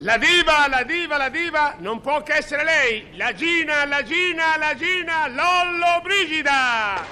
La diva, non può che essere lei, la Gina, Lollo Brigida!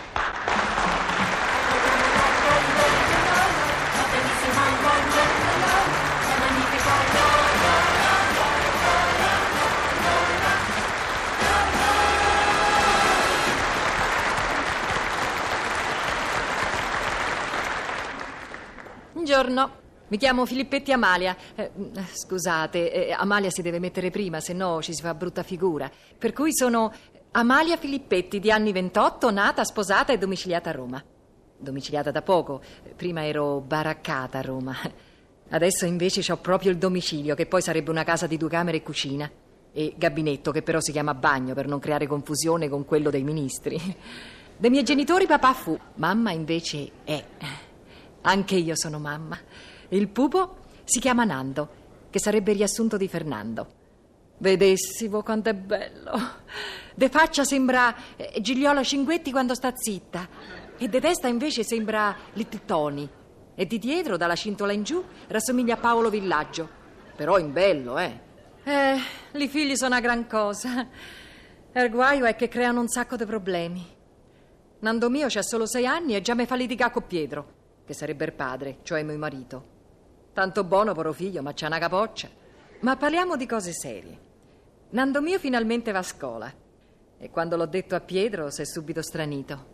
Buongiorno. Mi chiamo Filippetti Amalia. Scusate, Amalia si deve mettere prima, se no ci si fa brutta figura. Per cui sono Amalia Filippetti, di anni 28, nata, sposata e domiciliata a Roma. Domiciliata da poco. Prima ero baraccata a Roma. Adesso invece ho proprio il domicilio, che poi sarebbe una casa di 2 camere e cucina. E gabinetto, che però si chiama bagno, per non creare confusione con quello dei ministri. Dei miei genitori papà fu, mamma invece è. Anche io sono mamma. Il pupo si chiama Nando, che sarebbe il riassunto di Fernando. Vedessimo quanto è bello. De faccia sembra Gigliola Cinguetti quando sta zitta, e de testa invece sembra Littoni. E di dietro, dalla cintola in giù, rassomiglia a Paolo Villaggio. Però in bello, i figli sono una gran cosa. Il guaio è che creano un sacco di problemi. Nando mio c'ha solo 6 anni e già mi fa litigare con Pietro, che sarebbe il padre, cioè mio marito. Tanto buono, poro figlio, ma c'ha una capoccia. Ma parliamo di cose serie. Nando mio finalmente va a scuola. E quando l'ho detto a Pietro si è subito stranito.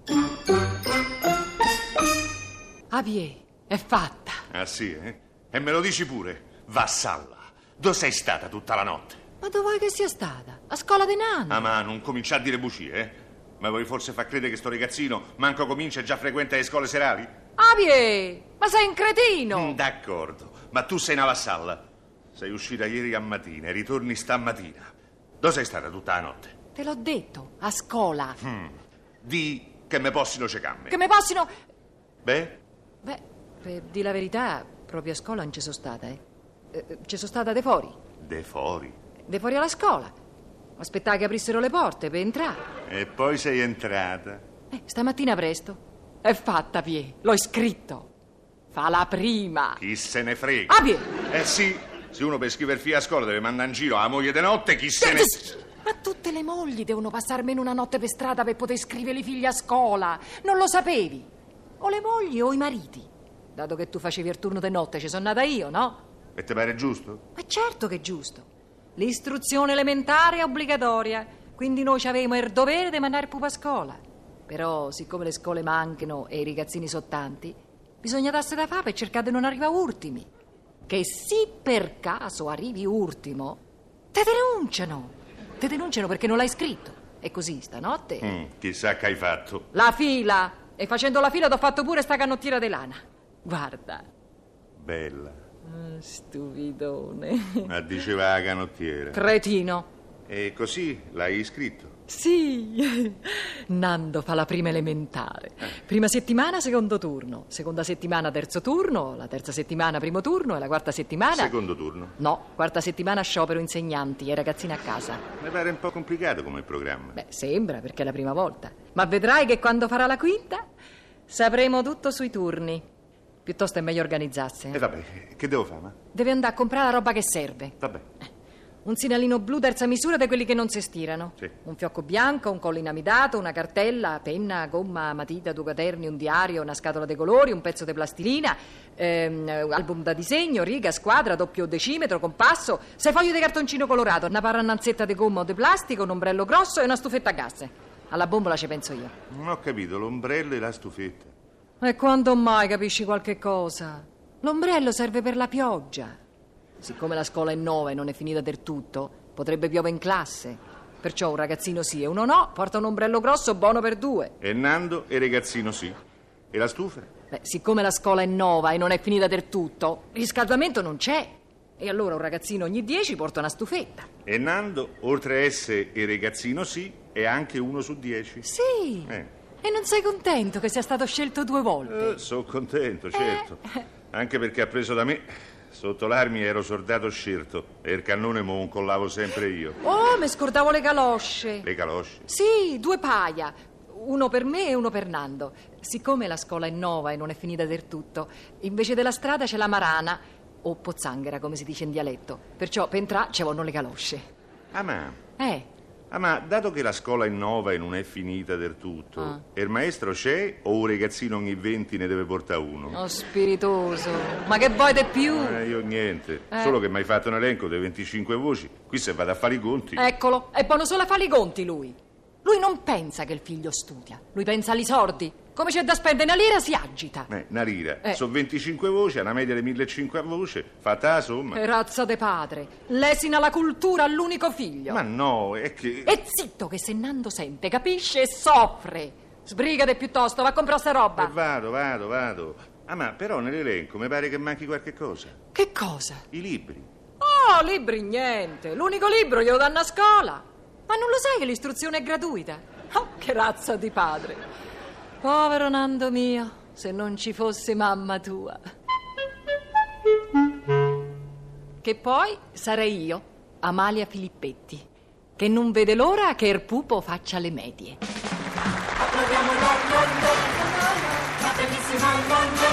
Pie, è fatta. Ah sì, eh? E me lo dici pure? Vassalla, dove sei stata tutta la notte? Ma dove vuoi che sia stata? A scuola di Nando. Ah, ma non cominciare a dire bugie, Ma vuoi forse far credere che sto ragazzino manco comincia e già frequenta le scuole serali? Pie, ma sei un cretino. D'accordo, ma tu sei una vassalla. Sei uscita ieri a mattina e ritorni stamattina. Dove sei stata tutta la notte? Te l'ho detto, a scuola. Di che me possino cecamme. Che me possino... Beh, per dire la verità, proprio a scuola non ci sono stata, ci sono stata de fuori. de fuori. De fuori alla scuola. Aspettava che aprissero le porte per entrare. E poi sei entrata. Stamattina presto. È fatta, Pie. L'ho iscritto. Fa la prima. Chi se ne frega. Pie! Sì, se uno per scrivere figlia a scuola deve mandare in giro la moglie di notte, chi se ne... Ma tutte le mogli devono passare almeno una notte per strada per poter scrivere i figli a scuola. Non lo sapevi? O le mogli o i mariti. Dato che tu facevi il turno di notte, ci sono nata io, no? E te pare giusto? Ma certo che è giusto. L'istruzione elementare è obbligatoria, quindi noi avevamo il dovere di mandare il pupo a scuola. Però, siccome le scuole mancano e i ragazzini sono tanti, bisogna darsi da fare per cercare di non arrivare ultimi. Che se per caso arrivi ultimo, te denunciano. Te denunciano perché non l'hai scritto. E così, stanotte... Chissà che hai fatto. La fila! E facendo la fila t'ho fatto pure sta canottiera di lana. Guarda. Bella. Stupidone. Ma diceva la canottiera. Cretino. E così l'hai iscritto? Sì. Nando fa la prima elementare. Prima settimana secondo turno, seconda settimana terzo turno, la terza settimana primo turno e la quarta settimana... Secondo turno? No, quarta settimana sciopero insegnanti e ragazzini a casa. Mi pare un po' complicato come programma. Sembra, perché è la prima volta. Ma vedrai che quando farà la quinta sapremo tutto sui turni. Piuttosto è meglio organizzarsi. E vabbè, che devo fare? Deve andare a comprare la roba che serve. Vabbè. Un segnalino blu terza misura di quelli che non si stirano. Sì. Un fiocco bianco, un collo inamidato, una cartella, penna, gomma, matita, 2 quaderni, un diario, una scatola dei colori, un pezzo di plastilina, album da disegno, riga, squadra, doppio decimetro, compasso, 6 fogli di cartoncino colorato, una parannanzetta di gomma o di plastica, un ombrello grosso e una stufetta a gas. Alla bombola ci penso io. Non ho capito, l'ombrello e la stufetta. E quando mai capisci qualche cosa? L'ombrello serve per la pioggia. Siccome la scuola è nuova e non è finita del tutto, potrebbe piovere in classe. Perciò un ragazzino sì e uno no porta un ombrello grosso buono per 2. E Nando e ragazzino sì. E la stufa? Siccome la scuola è nuova e non è finita del tutto, il riscaldamento non c'è. E allora un ragazzino ogni 10 porta una stufetta. E Nando, oltre a essere il ragazzino sì, è anche 1 su 10. Sì. E non sei contento che sia stato scelto 2 volte? Sono contento, certo. Anche perché ha preso da me... Sotto l'armi ero soldato scelto e il cannone me lo incollavo sempre io. Oh, mi scordavo le calosce. Le calosce? Sì, 2 paia. Uno per me e uno per Nando. Siccome la scuola è nuova e non è finita del tutto, invece della strada c'è la marana o pozzanghera, come si dice in dialetto. Perciò per entrare ci vanno le calosce. Ma dato che la scuola è nuova e non è finita del tutto, il maestro c'è o un ragazzino ogni 20 ne deve portare uno? Oh, spiritoso, ma che vuoi di più? Io niente, solo che mi hai fatto un elenco delle 25 voci. Qui se vado a fare i conti. Eccolo, è buono solo a fare i conti lui. Lui non pensa che il figlio studia, lui pensa agli sordi. Come c'è da spendere una lira si agita. Una lira, sono 25 voci, una media di 1.500 a voce, fatta la somma. Che razza de padre, lesina la cultura all'unico figlio. Ma no, è che... E zitto che se Nando sente, capisce e soffre. Sbrigate piuttosto, va a comprare sta roba. Vado. Ma però nell'elenco mi pare che manchi qualche cosa. Che cosa? I libri. Oh, libri niente, l'unico libro glielo danno a scuola. Ma non lo sai che l'istruzione è gratuita? Oh, che razza di padre. Povero Nando mio, se non ci fosse mamma tua. Che poi sarei io, Amalia Filippetti, che non vede l'ora che il pupo faccia le medie. Applaudiamo la bellissima